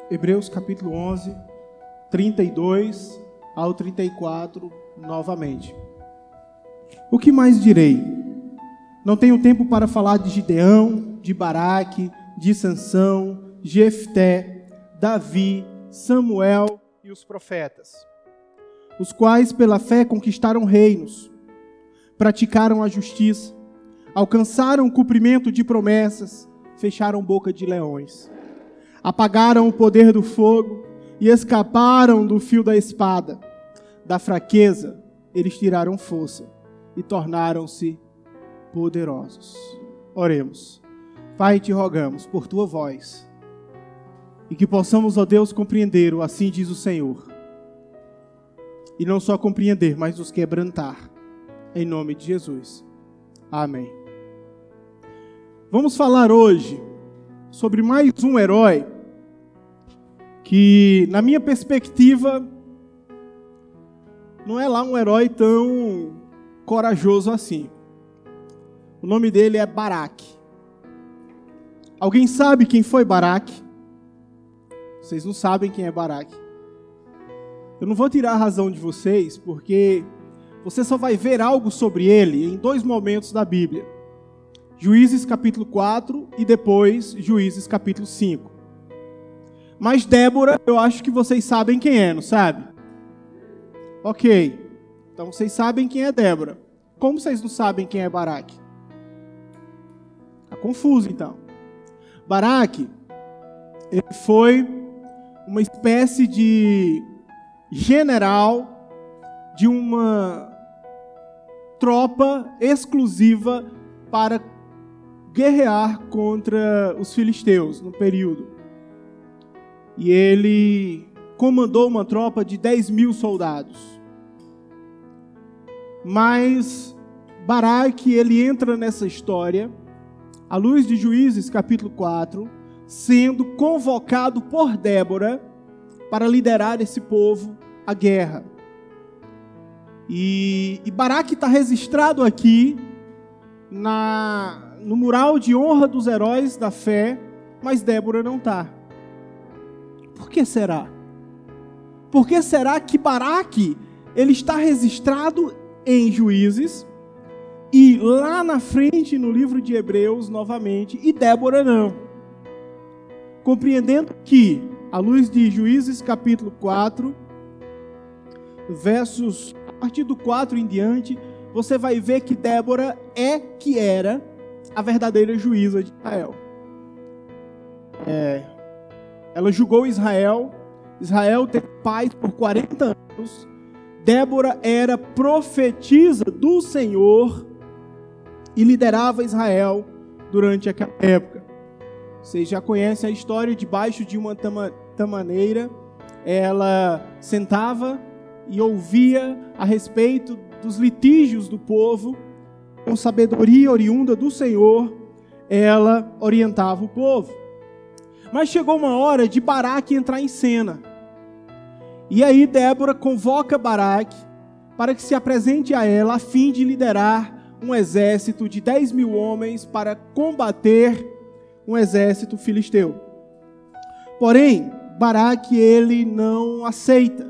Hebreus capítulo 11, 32 ao 34, novamente. O que mais direi? Não tenho tempo para falar de Gideão, de Baraque, de Sansão, Jefté, Davi, Samuel e os profetas, os quais pela fé conquistaram reinos, praticaram a justiça, alcançaram o cumprimento de promessas, fecharam boca de leões, apagaram o poder do fogo e escaparam do fio da espada. Da fraqueza eles tiraram força e tornaram-se poderosos. Oremos. Pai, te rogamos por tua voz e que possamos, ó Deus, compreender o assim diz o Senhor. E não só compreender, mas nos quebrantar. Em nome de Jesus. Amém. Vamos falar hoje sobre mais um herói que, na minha perspectiva, não é lá um herói tão corajoso assim. O nome dele é Baraque. Alguém sabe quem foi Baraque? Vocês não sabem quem é Baraque. Eu não vou tirar a razão de vocês, porque você só vai ver algo sobre ele em dois momentos da Bíblia. Juízes capítulo 4 e depois Juízes capítulo 5. Mas Débora, eu acho que vocês sabem quem é, não sabe? Ok, então vocês sabem quem é Débora. Como vocês não sabem quem é Baraque? Está confuso então. Baraque, ele foi uma espécie de general de uma tropa exclusiva para guerrear contra os filisteus no período. E ele comandou uma tropa de 10.000 soldados. Mas Baraque, ele entra nessa história, à luz de Juízes capítulo 4, sendo convocado por Débora para liderar esse povo à guerra. E Baraque está registrado aqui no mural de honra dos heróis da fé, mas Débora não está. Por que será? Por que será que Baraque ele está registrado em Juízes e lá na frente no livro de Hebreus novamente e Débora não? Compreendendo que, à luz de Juízes capítulo 4, versos a partir do 4 em diante, você vai ver que Débora é que era a verdadeira juíza de Israel. Ela julgou Israel teve paz por 40 anos, Débora era profetisa do Senhor e liderava Israel durante aquela época. Vocês já conhecem a história, debaixo de uma tamaneira, ela sentava e ouvia a respeito dos litígios do povo, com sabedoria oriunda do Senhor, ela orientava o povo. Mas chegou uma hora de Baraque entrar em cena. E aí Débora convoca Baraque para que se apresente a ela a fim de liderar um exército de 10.000 homens para combater um exército filisteu. Porém, Baraque ele não aceita.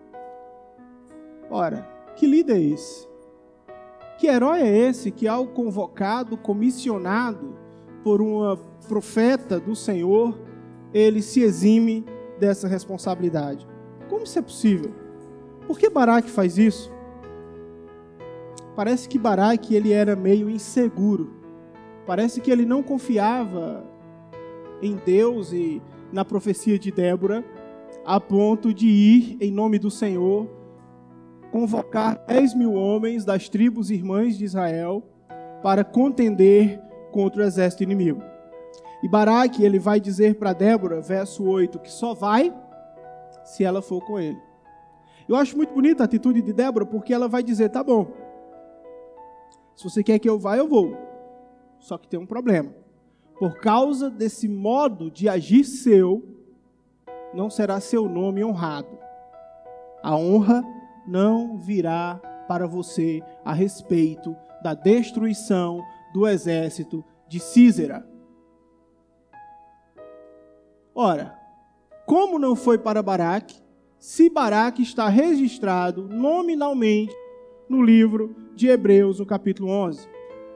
Ora, que líder é esse? Que herói é esse que, ao convocado, comissionado por uma profeta do Senhor, ele se exime dessa responsabilidade? Como isso é possível? Por que Baraque faz isso? Parece que Baraque ele era meio inseguro. Parece que ele não confiava em Deus e na profecia de Débora, a ponto de ir, em nome do Senhor, convocar 10.000 homens das tribos irmãs de Israel para contender contra o exército inimigo. E Baraque, ele vai dizer para Débora, verso 8, que só vai se ela for com ele. Eu acho muito bonita a atitude de Débora, porque ela vai dizer, tá bom, se você quer que eu vá, eu vou. Só que tem um problema. Por causa desse modo de agir seu, não será seu nome honrado. A honra não virá para você a respeito da destruição do exército de Císera. Ora, como não foi para Baraque, se Baraque está registrado nominalmente no livro de Hebreus, no capítulo 11?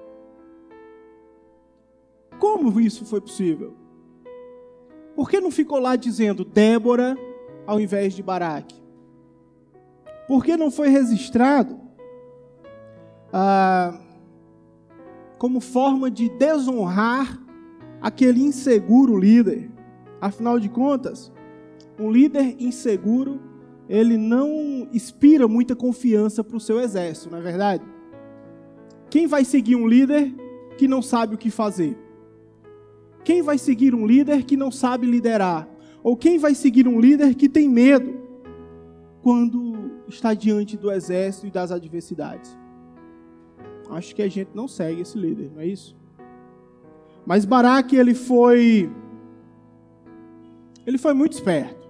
Como isso foi possível? Por que não ficou lá dizendo Débora ao invés de Baraque? Por que não foi registrado como forma de desonrar aquele inseguro líder? Afinal de contas, um líder inseguro, ele não inspira muita confiança para o seu exército, não é verdade? Quem vai seguir um líder que não sabe o que fazer? Quem vai seguir um líder que não sabe liderar? Ou quem vai seguir um líder que tem medo quando está diante do exército e das adversidades? Acho que a gente não segue esse líder, não é isso? Mas Baraque, ele foi muito esperto.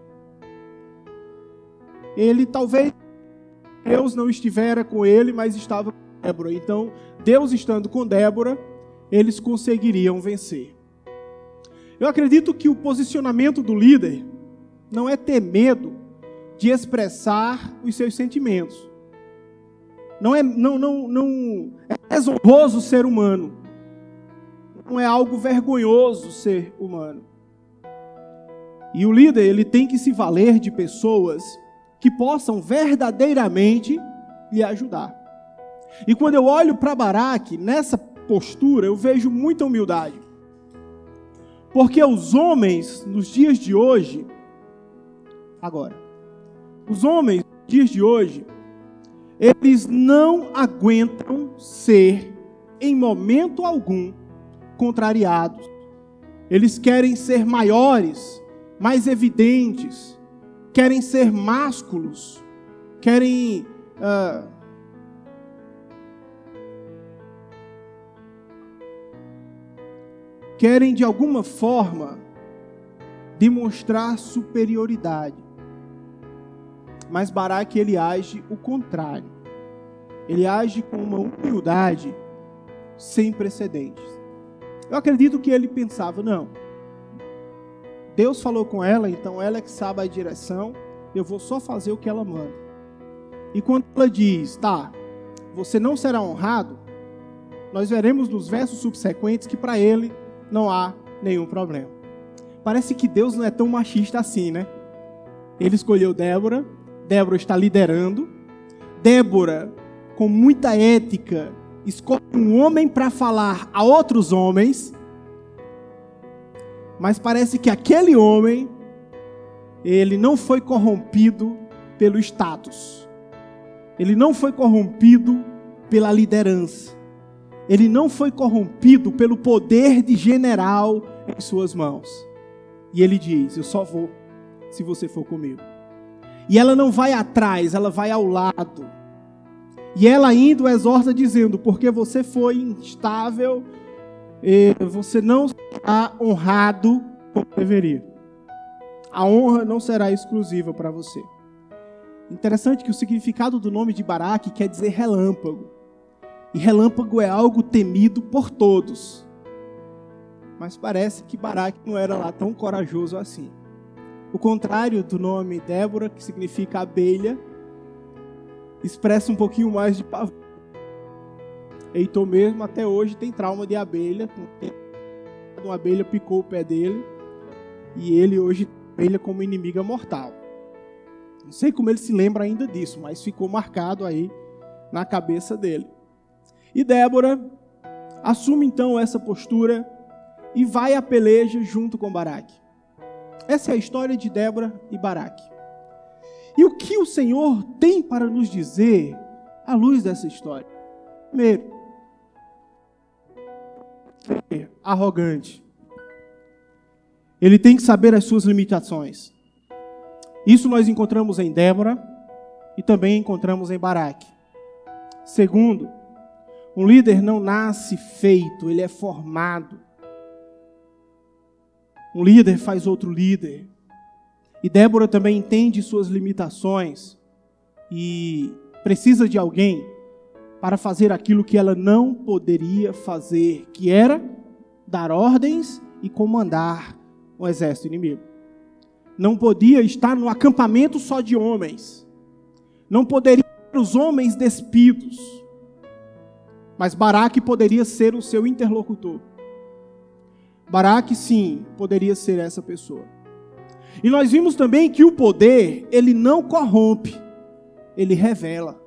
Ele talvez, Deus não estivera com ele, mas estava com Débora. Então, Deus estando com Débora, eles conseguiriam vencer. Eu acredito que o posicionamento do líder não é ter medo de expressar os seus sentimentos. Não é desonroso ser humano. Não é algo vergonhoso ser humano. E o líder, ele tem que se valer de pessoas que possam verdadeiramente lhe ajudar. E quando eu olho para Baraque, nessa postura, eu vejo muita humildade. Porque os homens, nos dias de hoje, os homens, nos dias de hoje, eles não aguentam ser, em momento algum, contrariados. Eles querem ser maiores, mais evidentes, querem ser másculos, querem de alguma forma demonstrar superioridade. Mas Baraque, ele age o contrário. Ele age com uma humildade sem precedentes. Eu acredito que ele pensava, não, Deus falou com ela, então ela é que sabe a direção, eu vou só fazer o que ela manda. E quando ela diz, tá, você não será honrado, nós veremos nos versos subsequentes que para ele não há nenhum problema. Parece que Deus não é tão machista assim, né? Ele escolheu Débora, Débora está liderando, Débora, com muita ética, escolhe um homem para falar a outros homens, mas parece que aquele homem, ele não foi corrompido pelo status, ele não foi corrompido pela liderança, ele não foi corrompido pelo poder de general em suas mãos. E ele diz, eu só vou se você for comigo. E ela não vai atrás, ela vai ao lado. E ela indo exorta dizendo, porque você foi instável, você não será honrado como deveria. A honra não será exclusiva para você. Interessante que o significado do nome de Baraque quer dizer relâmpago. E relâmpago é algo temido por todos. Mas parece que Baraque não era lá tão corajoso assim. O contrário do nome Débora, que significa abelha, expressa um pouquinho mais de pavor. Heitor mesmo até hoje tem trauma de abelha. Uma abelha picou o pé dele e ele hoje tem a abelha como inimiga mortal. Não sei como ele se lembra ainda disso, mas ficou marcado aí na cabeça dele. E Débora assume então essa postura e vai à peleja junto com Baraque. Essa é a história de Débora e Baraque. E o que o Senhor tem para nos dizer à luz dessa história? Primeiro, ser arrogante. Ele tem que saber as suas limitações. Isso nós encontramos em Débora e também encontramos em Baraque. Segundo, um líder não nasce feito, ele é formado. Um líder faz outro líder. E Débora também entende suas limitações e precisa de alguém para fazer aquilo que ela não poderia fazer, que era dar ordens e comandar um exército inimigo. não podia estar no acampamento só de homens, não poderia ter os homens despidos, mas Baraque poderia ser o seu interlocutor. Baraque, sim, poderia ser essa pessoa. E nós vimos também que o poder, ele não corrompe, ele revela.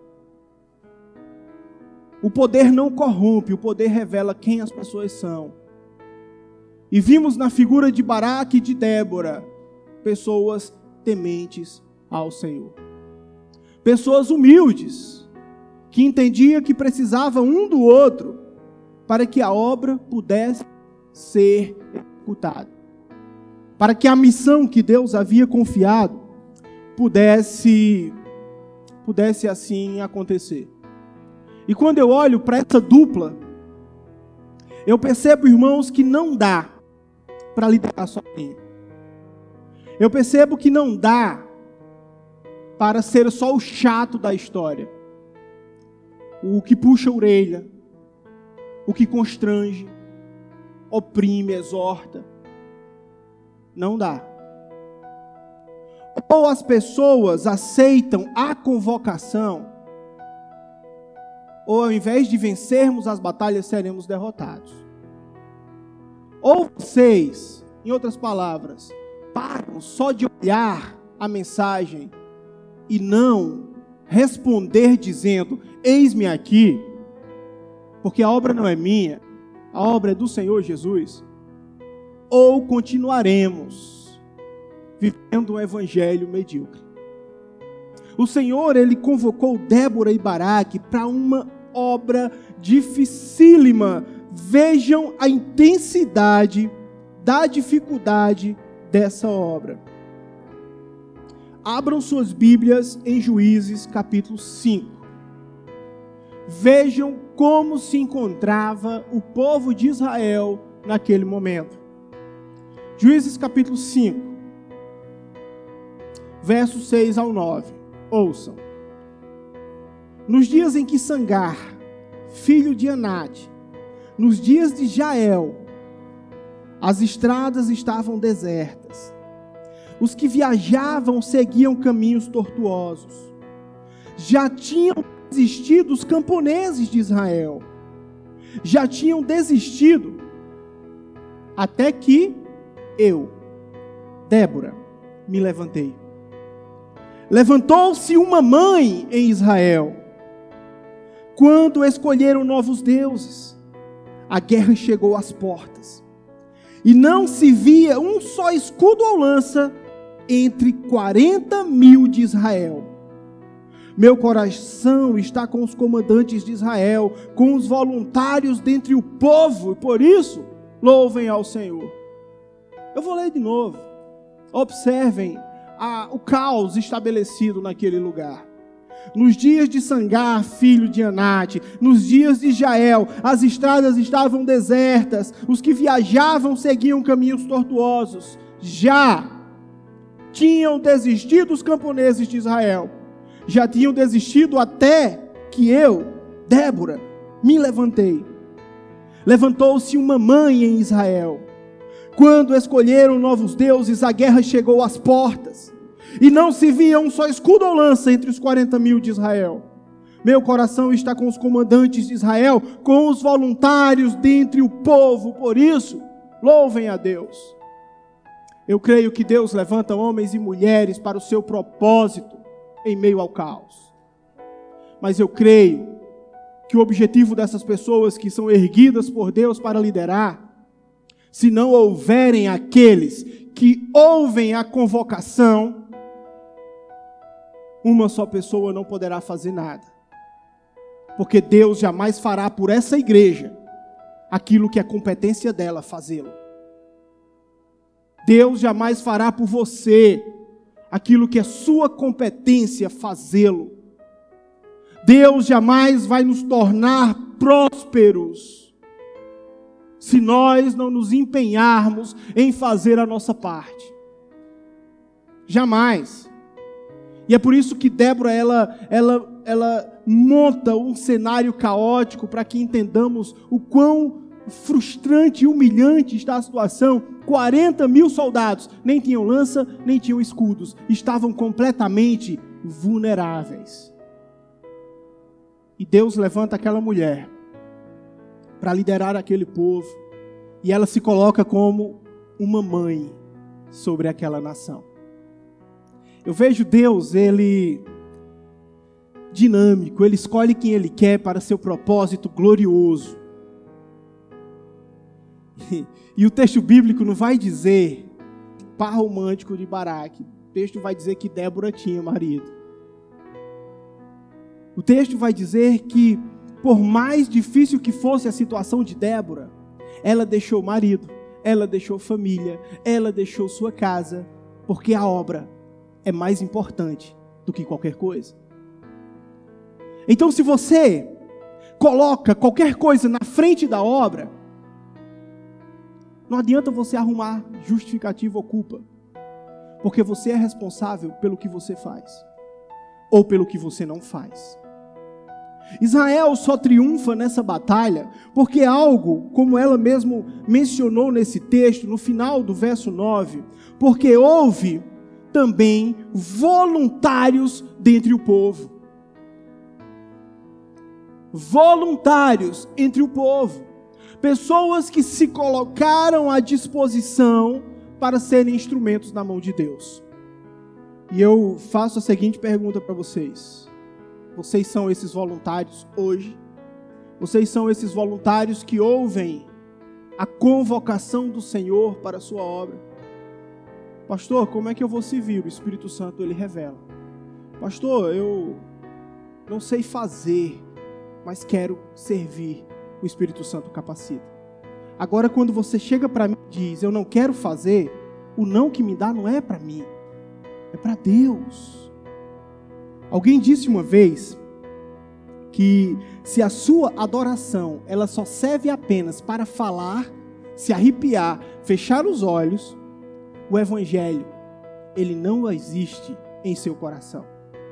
O poder não corrompe, o poder revela quem as pessoas são. E vimos na figura de Baraque e de Débora, pessoas tementes ao Senhor. Pessoas humildes, que entendiam que precisavam um do outro, para que a obra pudesse ser executada. Para que a missão que Deus havia confiado pudesse assim acontecer. E quando eu olho para essa dupla, eu percebo, irmãos, que não dá para liderar sozinho. Eu percebo que não dá para ser só o chato da história, o que puxa a orelha, o que constrange, oprime, exorta. Não dá. Ou as pessoas aceitam a convocação, ou ao invés de vencermos as batalhas, seremos derrotados. Ou vocês, em outras palavras, param só de olhar a mensagem e não responder dizendo, eis-me aqui, porque a obra não é minha, a obra é do Senhor Jesus. Ou continuaremos vivendo um evangelho medíocre. O Senhor, Ele convocou Débora e Baraque para uma obra dificílima. Vejam a intensidade da dificuldade dessa obra. Abram suas Bíblias em Juízes capítulo 5. Vejam como se encontrava o povo de Israel naquele momento. Juízes capítulo 5, versos 6 ao 9. Ouçam. Nos dias em que Sangar, filho de Anate, nos dias de Jael, as estradas estavam desertas. Os que viajavam seguiam caminhos tortuosos. Já tinham desistido os camponeses de Israel. Já tinham desistido. Até que eu, Débora, me levantei. Levantou-se uma mãe em Israel. Quando escolheram novos deuses, a guerra chegou às portas. E não se via um só escudo ou lança entre 40.000 de Israel. Meu coração está com os comandantes de Israel, com os voluntários dentre o povo, e por isso, louvem ao Senhor. Eu vou ler de novo. Observem o caos estabelecido naquele lugar. Nos dias de Sangar, filho de Anate, nos dias de Jael, as estradas estavam desertas, os que viajavam seguiam caminhos tortuosos. Já tinham desistido os camponeses de Israel. Já tinham desistido até que eu, Débora, me levantei. Levantou-se uma mãe em Israel. Quando escolheram novos deuses, a guerra chegou às portas. E não se via um só escudo ou lança entre os 40.000 de Israel. Meu coração está com os comandantes de Israel, com os voluntários dentre o povo. Por isso, louvem a Deus. Eu creio que Deus levanta homens e mulheres para o seu propósito em meio ao caos. Mas eu creio que o objetivo dessas pessoas que são erguidas por Deus para liderar, se não houverem aqueles que ouvem a convocação, uma só pessoa não poderá fazer nada. Porque Deus jamais fará por essa igreja aquilo que é competência dela fazê-lo. Deus jamais fará por você aquilo que é sua competência fazê-lo. Deus jamais vai nos tornar prósperos se nós não nos empenharmos em fazer a nossa parte. Jamais. E é por isso que Débora, ela monta um cenário caótico para que entendamos o quão frustrante e humilhante está a situação 40.000 soldados, nem tinham lança, nem tinham escudos, estavam completamente vulneráveis. E Deus levanta aquela mulher para liderar aquele povo, e ela se coloca como uma mãe sobre aquela nação. Eu vejo Deus, Ele dinâmico, Ele escolhe quem Ele quer para seu propósito glorioso. E o texto bíblico não vai dizer par romântico de Baraque. O texto vai dizer que Débora tinha marido. O texto vai dizer que, por mais difícil que fosse a situação de Débora, ela deixou o marido, ela deixou família, ela deixou sua casa, porque a obra é mais importante do que qualquer coisa. Então, se você coloca qualquer coisa na frente da obra, não adianta você arrumar justificativa ou culpa, porque você é responsável pelo que você faz, ou pelo que você não faz. Israel só triunfa nessa batalha porque algo, como ela mesmo mencionou nesse texto, no final do verso 9, porque houve também voluntários dentre o povo. Voluntários entre o povo. Pessoas que se colocaram à disposição para serem instrumentos na mão de Deus. E eu faço a seguinte pergunta para vocês. Vocês são esses voluntários hoje? Vocês são esses voluntários que ouvem a convocação do Senhor para a sua obra? Pastor, como é que eu vou servir? O Espírito Santo, Ele revela. Pastor, eu não sei fazer, mas quero servir. O Espírito Santo capacita. Agora, quando você chega para mim e diz, eu não quero fazer, o não que me dá não é para mim, é para Deus. Alguém disse uma vez que se a sua adoração ela só serve apenas para falar, se arrepiar, fechar os olhos, o evangelho ele não existe em seu coração.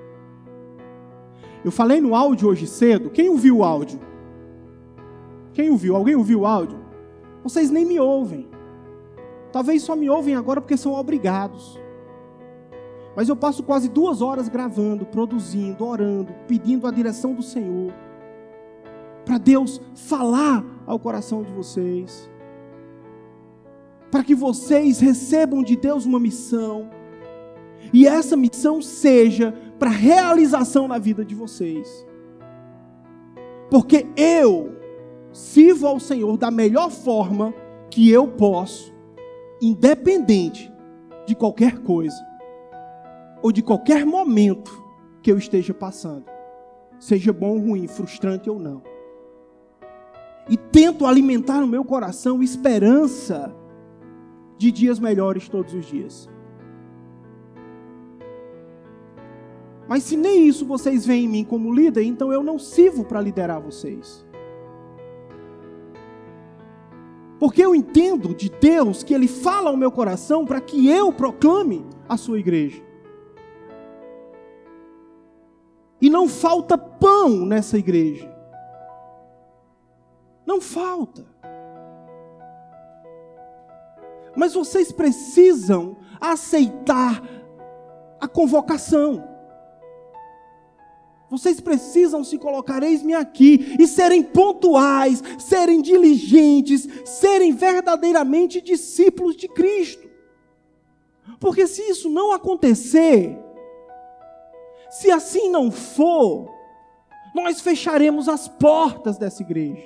Eu falei no áudio hoje cedo. Quem ouviu o áudio? Quem ouviu? Alguém ouviu o áudio? Vocês nem me ouvem. Talvez só me ouvem agora porque são obrigados. Mas eu passo quase 2 horas gravando, produzindo, orando, pedindo a direção do Senhor, para Deus falar ao coração de vocês, para que vocês recebam de Deus uma missão, e essa missão seja para realização na vida de vocês. Porque eu sirvo ao Senhor da melhor forma que eu posso, independente de qualquer coisa, ou de qualquer momento que eu esteja passando, seja bom ou ruim, frustrante ou não. E tento alimentar no meu coração esperança de dias melhores todos os dias. Mas se nem isso vocês veem em mim como líder, então eu não sirvo para liderar vocês. Porque eu entendo de Deus que Ele fala ao meu coração para que eu proclame a sua igreja. E não falta pão nessa igreja. Não falta. Mas vocês precisam aceitar a convocação. Vocês precisam se colocar, eis-me aqui, e serem pontuais, serem diligentes, serem verdadeiramente discípulos de Cristo. Porque se isso não acontecer, se assim não for, nós fecharemos as portas dessa igreja.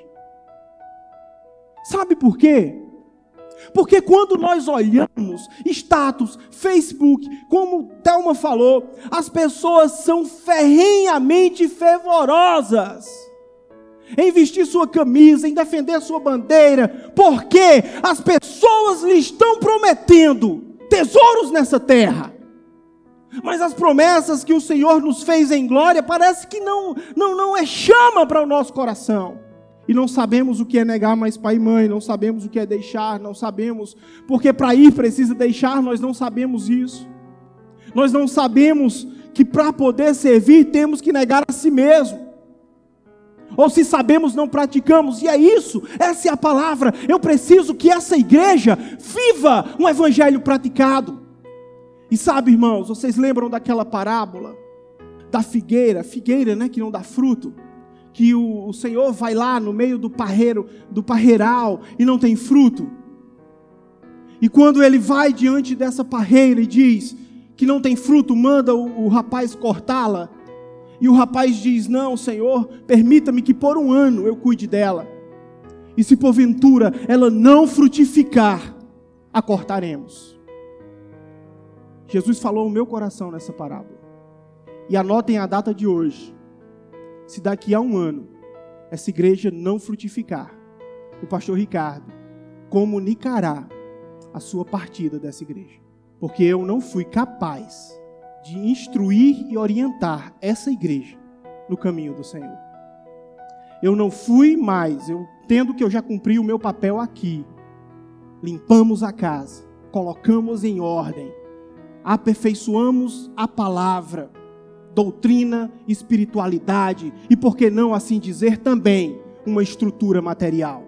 Sabe por quê? Porque quando nós olhamos status, Facebook, como Thelma falou, as pessoas são ferrenhamente fervorosas em vestir sua camisa, em defender sua bandeira, porque as pessoas lhe estão prometendo tesouros nessa terra. Mas as promessas que o Senhor nos fez em glória, parece que não é chama para o nosso coração. E não sabemos o que é negar mais pai e mãe, não sabemos o que é deixar, não sabemos, porque para ir precisa deixar, nós não sabemos isso. Nós não sabemos que para poder servir temos que negar a si mesmo. Ou se sabemos, não praticamos. E é isso, essa é a palavra. Eu preciso que essa igreja viva um evangelho praticado. E sabe, irmãos, vocês lembram daquela parábola da figueira, né, que não dá fruto? Que o Senhor vai lá no meio do parreiral e não tem fruto. E quando ele vai diante dessa parreira e diz que não tem fruto, manda o rapaz cortá-la. E o rapaz diz: não, Senhor, permita-me que por um ano eu cuide dela. E se porventura ela não frutificar, a cortaremos. Jesus falou ao meu coração nessa parábola. E anotem a data de hoje. Se daqui a um ano essa igreja não frutificar, o pastor Ricardo comunicará a sua partida dessa igreja. Porque eu não fui capaz de instruir e orientar essa igreja no caminho do Senhor. Eu não fui mais, eu entendo que eu já cumpri o meu papel aqui. Limpamos a casa, colocamos em ordem, aperfeiçoamos a palavra, doutrina, espiritualidade e, por que não assim dizer, também uma estrutura material.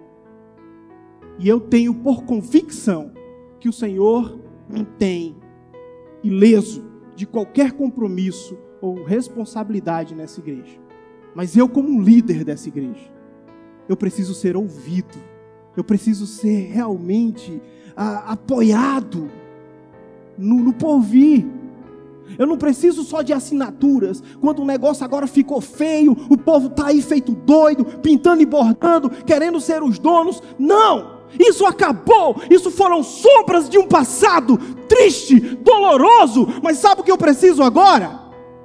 E eu tenho por convicção que o Senhor me tem ileso de qualquer compromisso ou responsabilidade nessa igreja. Mas eu, como líder dessa igreja, eu preciso ser ouvido, eu preciso ser realmente apoiado no porvir. Eu não preciso só de assinaturas. Quando o negócio agora ficou feio, o povo está aí feito doido, pintando e bordando, querendo ser os donos. Não! Isso acabou, isso foram sombras de um passado triste, doloroso. Mas sabe o que eu preciso agora?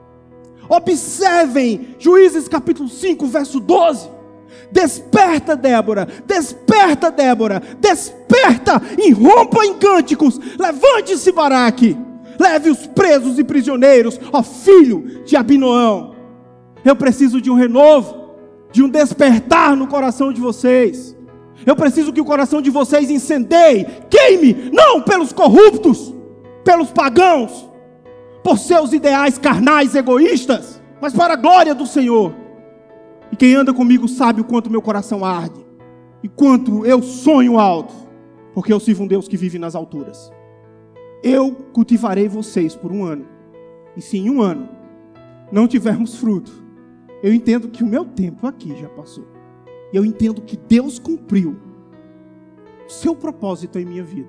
Observem Juízes capítulo 5, verso 12. Desperta, Débora, desperta, Débora, desperta e rompa em cânticos. Levante-se, Baraque, leve os presos e prisioneiros, ó filho de Abinoão. Eu preciso de um renovo, de um despertar no coração de vocês. Eu preciso que o coração de vocês incendeie, queime, não pelos corruptos, pelos pagãos, por seus ideais carnais egoístas, mas para a glória do Senhor. E quem anda comigo sabe o quanto meu coração arde, e quanto eu sonho alto, porque eu sirvo um Deus que vive nas alturas. Eu cultivarei vocês por um ano, e se em um ano não tivermos fruto, eu entendo que o meu tempo aqui já passou. E eu entendo que Deus cumpriu o seu propósito em minha vida.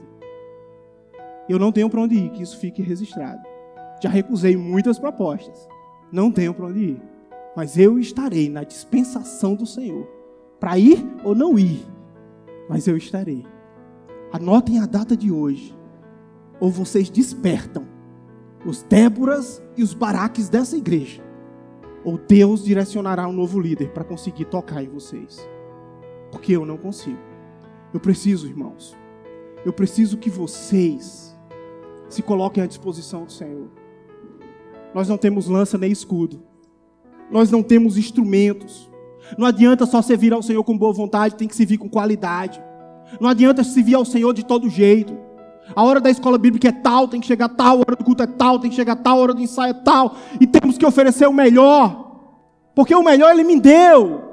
Eu não tenho para onde ir, que isso fique registrado. Já recusei muitas propostas. Não tenho para onde ir. Mas eu estarei na dispensação do Senhor. Para ir ou não ir. Mas eu estarei. Anotem a data de hoje. Ou vocês despertam os Déboras e os Baraques dessa igreja. Ou Deus direcionará um novo líder para conseguir tocar em vocês. Porque eu não consigo. Eu preciso, irmãos. Eu preciso que vocês se coloquem à disposição do Senhor. Nós não temos lança nem escudo. Nós não temos instrumentos. Não adianta só servir ao Senhor com boa vontade, tem que servir com qualidade. Não adianta servir ao Senhor de todo jeito. A hora da escola bíblica é tal, tem que chegar tal, a hora do culto é tal, tem que chegar tal, a hora do ensaio é tal. E temos que oferecer o melhor. Porque o melhor Ele me deu.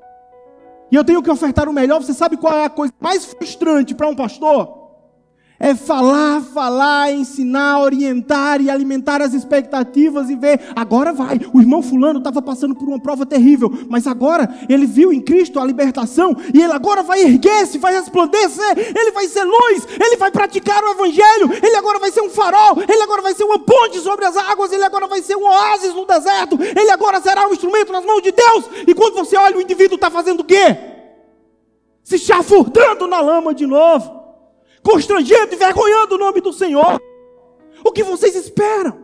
E eu tenho que ofertar o melhor. Você sabe qual é a coisa mais frustrante para um pastor? É falar, ensinar, orientar e alimentar as expectativas e ver, agora vai. O irmão fulano estava passando por uma prova terrível, mas agora ele viu em Cristo a libertação e ele agora vai erguer-se, vai resplandecer, ele vai ser luz, ele vai praticar o evangelho, ele agora vai ser um farol, ele agora vai ser uma ponte sobre as águas, ele agora vai ser um oásis no deserto, ele agora será um instrumento nas mãos de Deus. E quando você olha, o indivíduo está fazendo o quê? Se chafurdando na lama de novo, constrangendo e envergonhando o nome do Senhor. O que vocês esperam?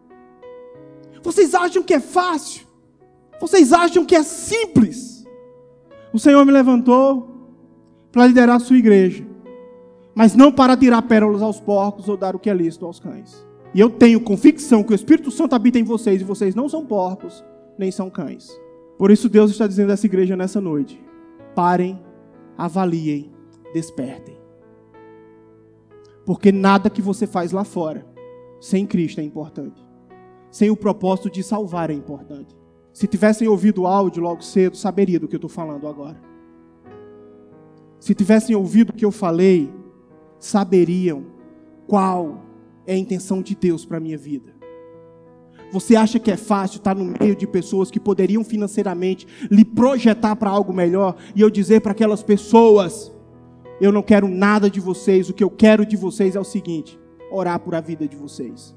Vocês acham que é fácil? Vocês acham que é simples? O Senhor me levantou para liderar a sua igreja, mas não para tirar pérolas aos porcos ou dar o que é lícito aos cães. E eu tenho convicção que o Espírito Santo habita em vocês, e vocês não são porcos, nem são cães. Por isso Deus está dizendo a essa igreja nessa noite: parem, avaliem, despertem. Porque nada que você faz lá fora, sem Cristo, é importante. Sem o propósito de salvar é importante. Se tivessem ouvido o áudio logo cedo, saberia do que eu estou falando agora. Se tivessem ouvido o que eu falei, saberiam qual é a intenção de Deus para a minha vida. Você acha que é fácil estar no meio de pessoas que poderiam financeiramente lhe projetar para algo melhor e eu dizer para aquelas pessoas: eu não quero nada de vocês, o que eu quero de vocês é o seguinte: orar por a vida de vocês.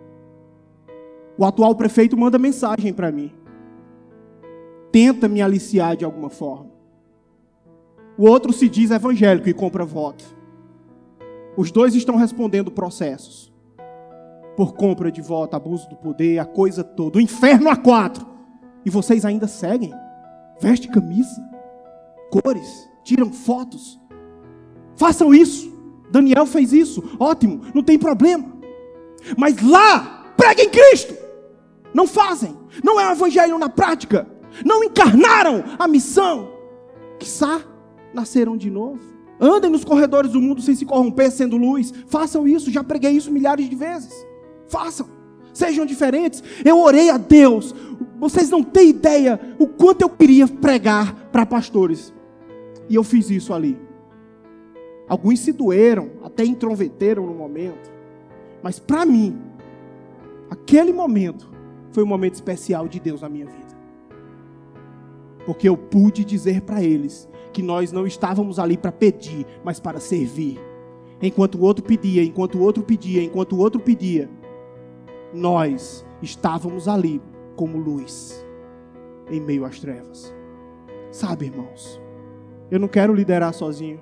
O atual prefeito manda mensagem para mim. Tenta me aliciar de alguma forma. O outro se diz evangélico e compra voto. Os dois estão respondendo processos por compra de voto, abuso do poder, a coisa toda. O inferno a 4. E vocês ainda seguem? Veste camisa, cores, tiram fotos. Façam isso. Daniel fez isso. Ótimo, não tem problema. Mas lá, preguem Cristo. Não fazem. Não é o evangelho na prática. Não encarnaram a missão. Quiçá nasceram de novo. Andem nos corredores do mundo sem se corromper, sendo luz. Façam isso, já preguei isso milhares de vezes. Façam, sejam diferentes. Eu orei a Deus. Vocês não têm ideia o quanto eu queria pregar para pastores. E eu fiz isso ali. Alguns se doeram, até intrometeram no momento. Mas para mim, aquele momento foi um momento especial de Deus na minha vida. Porque eu pude dizer para eles que nós não estávamos ali para pedir, mas para servir. Enquanto o outro pedia, enquanto o outro pedia, enquanto o outro pedia, nós estávamos ali como luz em meio às trevas. Sabe, irmãos, eu não quero liderar sozinho.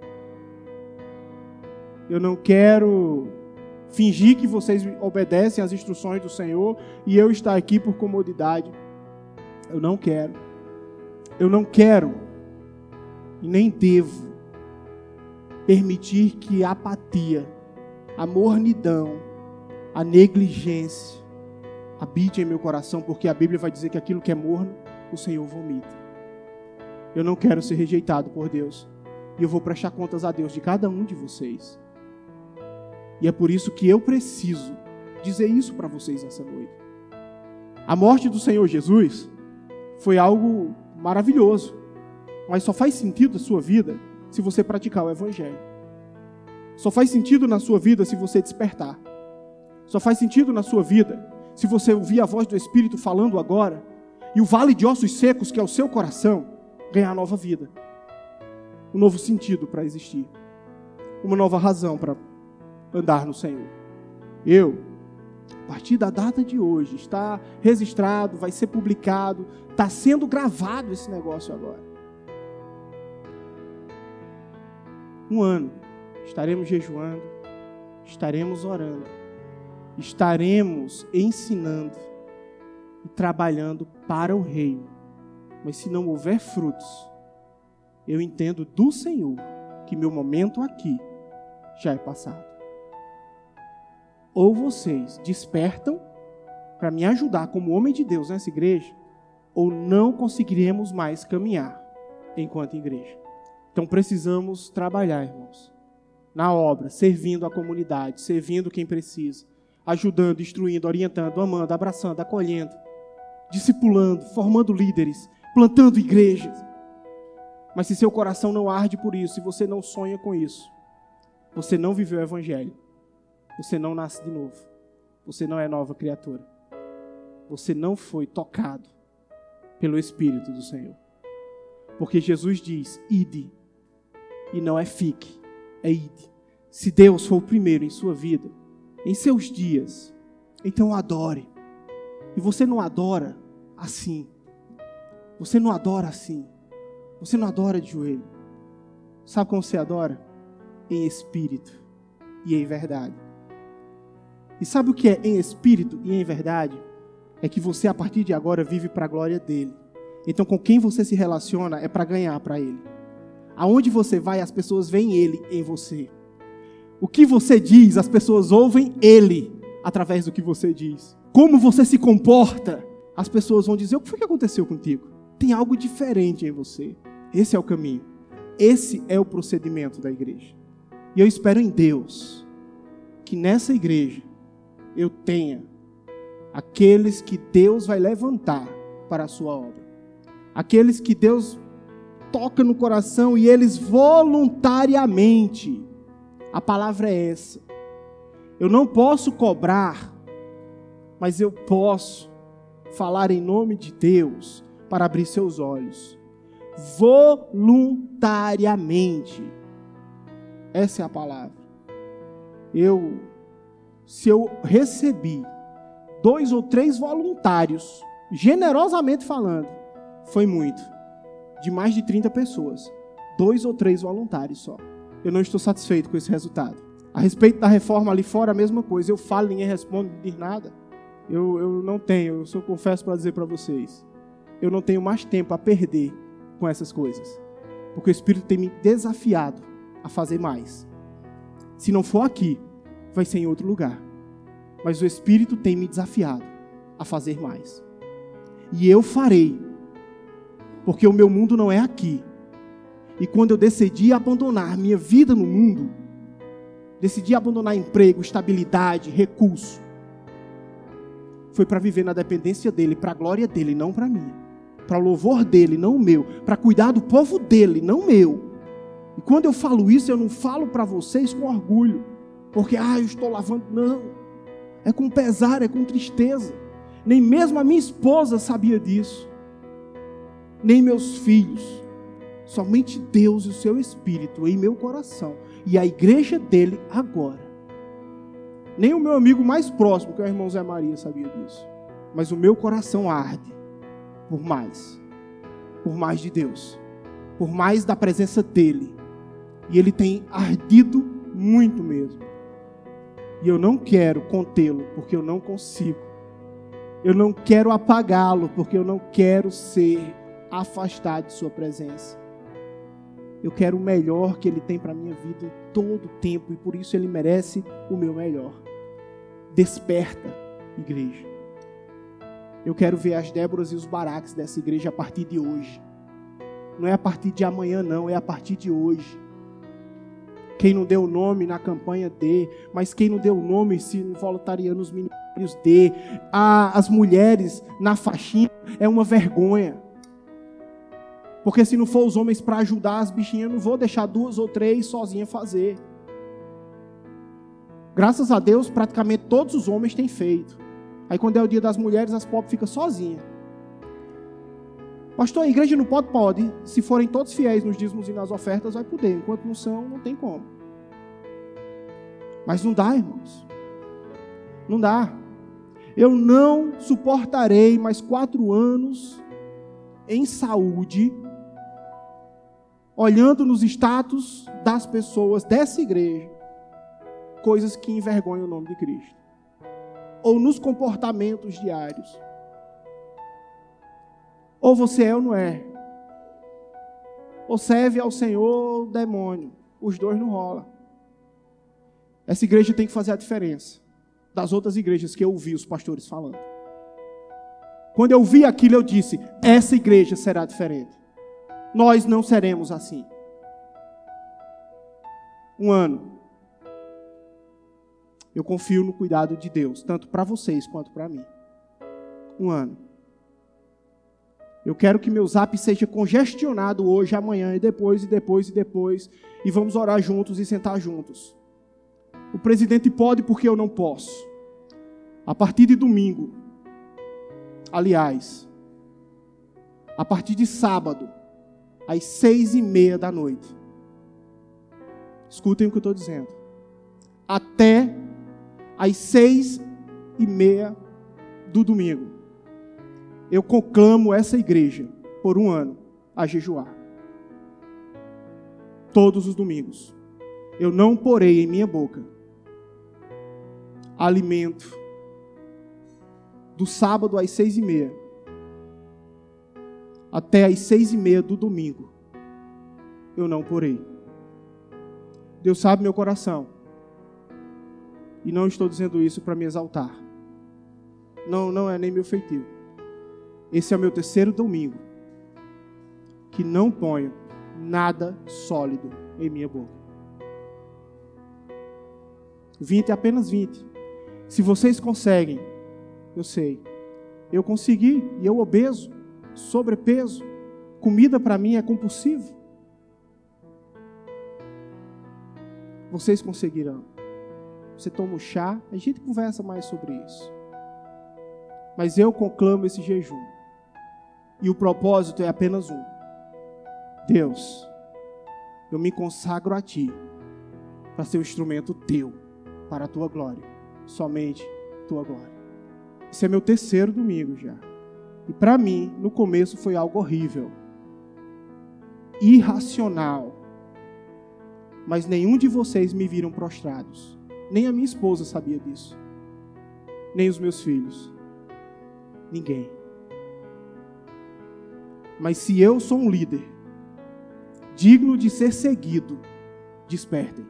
Eu não quero fingir que vocês obedecem às instruções do Senhor e eu estar aqui por comodidade. Eu não quero. Eu não quero e nem devo permitir que a apatia, a mornidão, a negligência habite em meu coração, porque a Bíblia vai dizer que aquilo que é morno, o Senhor vomita. Eu não quero ser rejeitado por Deus. E eu vou prestar contas a Deus de cada um de vocês. E é por isso que eu preciso dizer isso para vocês nessa noite. A morte do Senhor Jesus foi algo maravilhoso, mas só faz sentido na sua vida se você praticar o Evangelho. Só faz sentido na sua vida se você despertar. Só faz sentido na sua vida se você ouvir a voz do Espírito falando agora e o vale de ossos secos, que é o seu coração, ganhar nova vida. Um novo sentido para existir. Uma nova razão para andar no Senhor. A partir da data de hoje, está registrado, vai ser publicado, está sendo gravado esse negócio agora. 1 ano, estaremos jejuando, estaremos orando, estaremos ensinando e trabalhando para o reino. Mas se não houver frutos, eu entendo do Senhor que meu momento aqui já é passado. Ou vocês despertam para me ajudar como homem de Deus nessa igreja, ou não conseguiremos mais caminhar enquanto igreja. Então precisamos trabalhar, irmãos, na obra, servindo a comunidade, servindo quem precisa, ajudando, instruindo, orientando, amando, abraçando, acolhendo, discipulando, formando líderes, plantando igrejas. Mas se seu coração não arde por isso, se você não sonha com isso, você não viveu o Evangelho. Você não nasce de novo. Você não é nova criatura. Você não foi tocado pelo Espírito do Senhor. Porque Jesus diz, ide. E não é fique, é ide. Se Deus for o primeiro em sua vida, em seus dias, então adore. E você não adora assim. Você não adora assim. Você não adora de joelho. Sabe como você adora? Em espírito e em verdade. E sabe o que é em espírito e em verdade? É que você, a partir de agora, vive para a glória dele. Então, com quem você se relaciona é para ganhar para ele. Aonde você vai, as pessoas veem ele em você. O que você diz, as pessoas ouvem ele através do que você diz. Como você se comporta, as pessoas vão dizer, o que foi que aconteceu contigo? Tem algo diferente em você. Esse é o caminho. Esse é o procedimento da igreja. E eu espero em Deus que nessa igreja eu tenha aqueles que Deus vai levantar para a sua obra. Aqueles que Deus toca no coração e eles voluntariamente. A palavra é essa. Eu não posso cobrar, mas eu posso falar em nome de Deus para abrir seus olhos. Voluntariamente. Essa é a palavra. Se eu recebi 2 ou 3 voluntários, generosamente falando, foi muito. De mais de 30 pessoas. 2 ou 3 voluntários só. Eu não estou satisfeito com esse resultado. A respeito da reforma ali fora, a mesma coisa. Eu falo, ninguém responde, não diz nada. Eu não tenho, eu só confesso para dizer para vocês. Eu não tenho mais tempo a perder com essas coisas. Porque o Espírito tem me desafiado a fazer mais. Se não for aqui, vai ser em outro lugar. Mas o Espírito tem me desafiado a fazer mais. E eu farei. Porque o meu mundo não é aqui. E quando eu decidi abandonar minha vida no mundo, decidi abandonar emprego, estabilidade, recurso, foi para viver na dependência dele, para a glória dele, não para mim. Para o louvor dele, não o meu. Para cuidar do povo dele, não o meu. E quando eu falo isso, eu não falo para vocês com orgulho. Porque, eu estou lavando. Não. É com pesar, é com tristeza. Nem mesmo a minha esposa sabia disso. Nem meus filhos. Somente Deus e o seu Espírito em meu coração. E a igreja dele agora. Nem o meu amigo mais próximo, que é o irmão Zé Maria, sabia disso. Mas o meu coração arde por mais. Por mais de Deus. Por mais da presença dele. E ele tem ardido muito mesmo. E eu não quero contê-lo, porque eu não consigo. Eu não quero apagá-lo, porque eu não quero ser afastado de sua presença. Eu quero o melhor que ele tem para a minha vida em todo o tempo, e por isso ele merece o meu melhor. Desperta, igreja. Eu quero ver as Déboras e os Baraques dessa igreja a partir de hoje. Não é a partir de amanhã, não, é a partir de hoje. Quem não deu nome na campanha dê, mas quem não deu nome, se voluntariando nos ministérios dê. As mulheres na faxina é uma vergonha. Porque se não for os homens para ajudar as bichinhas, eu não vou deixar 2 ou 3 sozinhas fazer. Graças a Deus, praticamente todos os homens têm feito. Aí quando é o dia das mulheres, as pobres ficam sozinhas. Pastor, a igreja não pode? Pode. Se forem todos fiéis nos dízimos e nas ofertas, vai poder. Enquanto não são, não tem como. Mas não dá, irmãos. Não dá. Eu não suportarei mais 4 anos em saúde, olhando nos status das pessoas dessa igreja, coisas que envergonham o nome de Cristo. Ou nos comportamentos diários. Ou você é ou não é. Ou serve ao Senhor ou ao demônio. Os dois não rolam. Essa igreja tem que fazer a diferença das outras igrejas que eu ouvi os pastores falando. Quando eu vi aquilo, eu disse, essa igreja será diferente. Nós não seremos assim. 1 ano. Eu confio no cuidado de Deus, tanto para vocês quanto para mim. 1 ano. Eu quero que meu zap seja congestionado hoje, amanhã, e depois. E vamos orar juntos e sentar juntos. O presidente pode porque eu não posso. A partir de domingo, aliás, a partir de sábado, às 6:30 da noite. Escutem o que eu estou dizendo. Até às 6:30 do domingo. Eu conclamo essa igreja por 1 ano a jejuar. Todos os domingos. Eu não porei em minha boca alimento do sábado às 6:30 até às 6:30 do domingo. Eu não porei. Deus sabe meu coração. E não estou dizendo isso para me exaltar. Não é nem meu feitio. Esse é o meu 3º domingo que não ponho nada sólido em minha boca. 20 é apenas 20. Se vocês conseguem, eu sei. Eu consegui, e eu obeso, sobrepeso, comida para mim é compulsivo. Vocês conseguirão. Você toma um chá, a gente conversa mais sobre isso. Mas eu conclamo esse jejum. E o propósito é apenas um. Deus, eu me consagro a Ti, para ser um instrumento Teu, para a Tua glória. Somente Tua glória. Esse é meu terceiro domingo já. E para mim, no começo foi algo horrível. Irracional. Mas nenhum de vocês me viram prostrados. Nem a minha esposa sabia disso. Nem os meus filhos. Ninguém. Mas se eu sou um líder digno de ser seguido, despertem.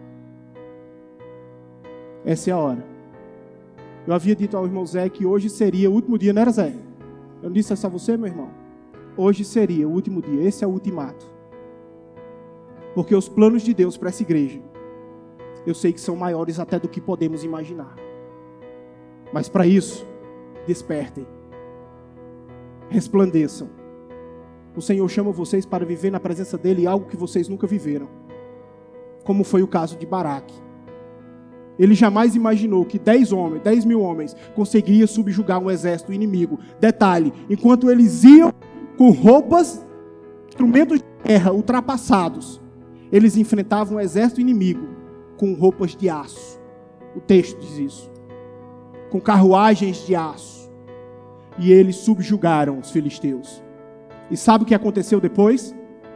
Essa é a hora. Eu havia dito ao irmão Zé que hoje seria o último dia, não era, Zé? Eu não disse isso a você, meu irmão? Hoje seria o último dia, esse é o ultimato. Porque os planos de Deus para essa igreja, eu sei que são maiores até do que podemos imaginar. Mas para isso, despertem. Resplandeçam. O Senhor chama vocês para viver na presença dEle algo que vocês nunca viveram. Como foi o caso de Baraque. Ele jamais imaginou que 10 mil homens conseguiriam subjugar um exército inimigo. Detalhe, enquanto eles iam com roupas, instrumentos de guerra ultrapassados, eles enfrentavam um exército inimigo com roupas de aço. O texto diz isso. Com carruagens de aço. E eles subjugaram os filisteus. E sabe o que aconteceu depois?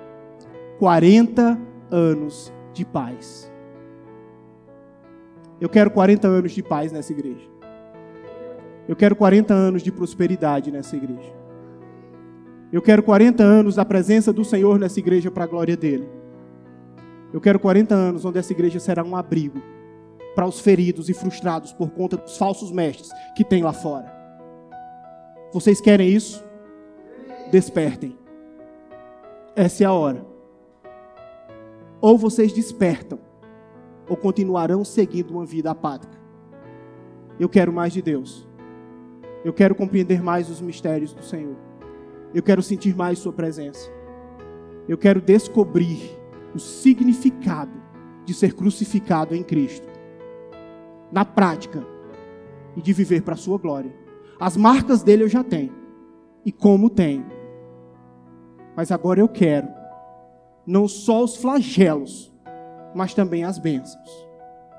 40 anos de paz. Eu quero 40 anos de paz nessa igreja. Eu quero 40 anos de prosperidade nessa igreja. Eu quero 40 anos da presença do Senhor nessa igreja para a glória dEle. Eu quero 40 anos onde essa igreja será um abrigo para os feridos e frustrados por conta dos falsos mestres que tem lá fora. Vocês querem isso? Despertem. Essa é a hora. Ou vocês despertam, ou continuarão seguindo uma vida apática. Eu quero mais de Deus. Eu quero compreender mais os mistérios do Senhor. Eu quero sentir mais sua presença. Eu quero descobrir o significado de ser crucificado em Cristo. Na prática. E de viver para a sua glória. As marcas dele eu já tenho. E como tenho. Mas agora eu quero não só os flagelos, mas também as bênçãos.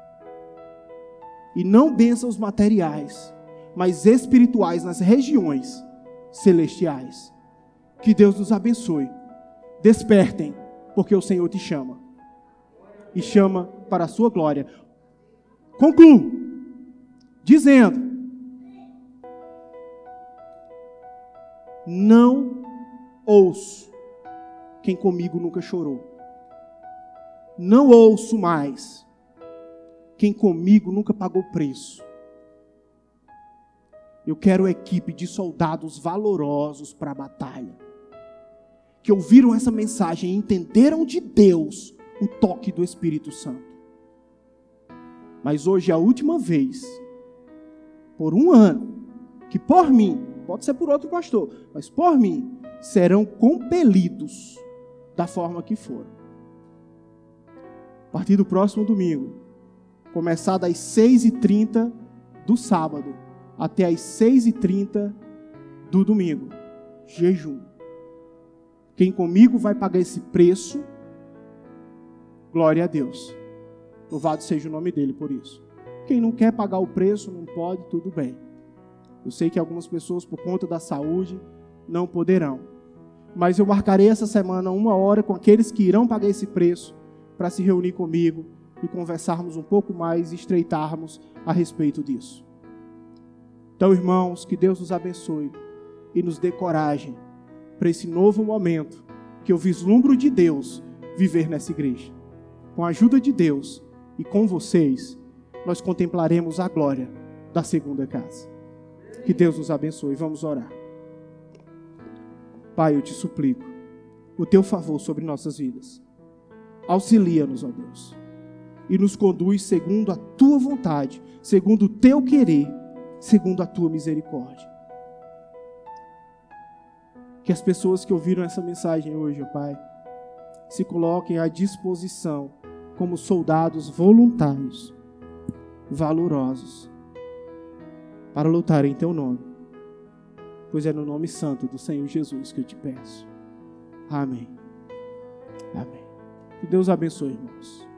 E não bênçãos materiais, mas espirituais nas regiões celestiais. Que Deus nos abençoe. Despertem, porque o Senhor te chama. E chama para a sua glória. Concluo dizendo: não ouço quem comigo nunca chorou. Não ouço mais quem comigo nunca pagou preço. Eu quero uma equipe de soldados valorosos para a batalha, que ouviram essa mensagem e entenderam de Deus o toque do Espírito Santo. Mas hoje é a última vez, por um ano, que por mim, pode ser por outro pastor, mas por mim, serão compelidos da forma que foram. A partir do próximo domingo, começar das 6h30 do sábado até as 6h30 do domingo, jejum. Quem comigo vai pagar esse preço, glória a Deus. Louvado seja o nome dele por isso. Quem não quer pagar o preço, não pode, tudo bem. Eu sei que algumas pessoas, por conta da saúde, não poderão. Mas eu marcarei essa semana 1 hora com aqueles que irão pagar esse preço para se reunir comigo e conversarmos um pouco mais e estreitarmos a respeito disso. Então, irmãos, que Deus nos abençoe e nos dê coragem para esse novo momento que eu vislumbro de Deus viver nessa igreja. Com a ajuda de Deus e com vocês, nós contemplaremos a glória da segunda casa. Que Deus nos abençoe. Vamos orar. Pai, eu te suplico o teu favor sobre nossas vidas. Auxilia-nos, ó Deus, e nos conduz segundo a tua vontade, segundo o teu querer, segundo a tua misericórdia. Que as pessoas que ouviram essa mensagem hoje, ó Pai, se coloquem à disposição como soldados voluntários, valorosos, para lutar em Teu nome. Pois é no nome santo do Senhor Jesus que eu te peço. Amém. Amém. Que Deus abençoe, irmãos.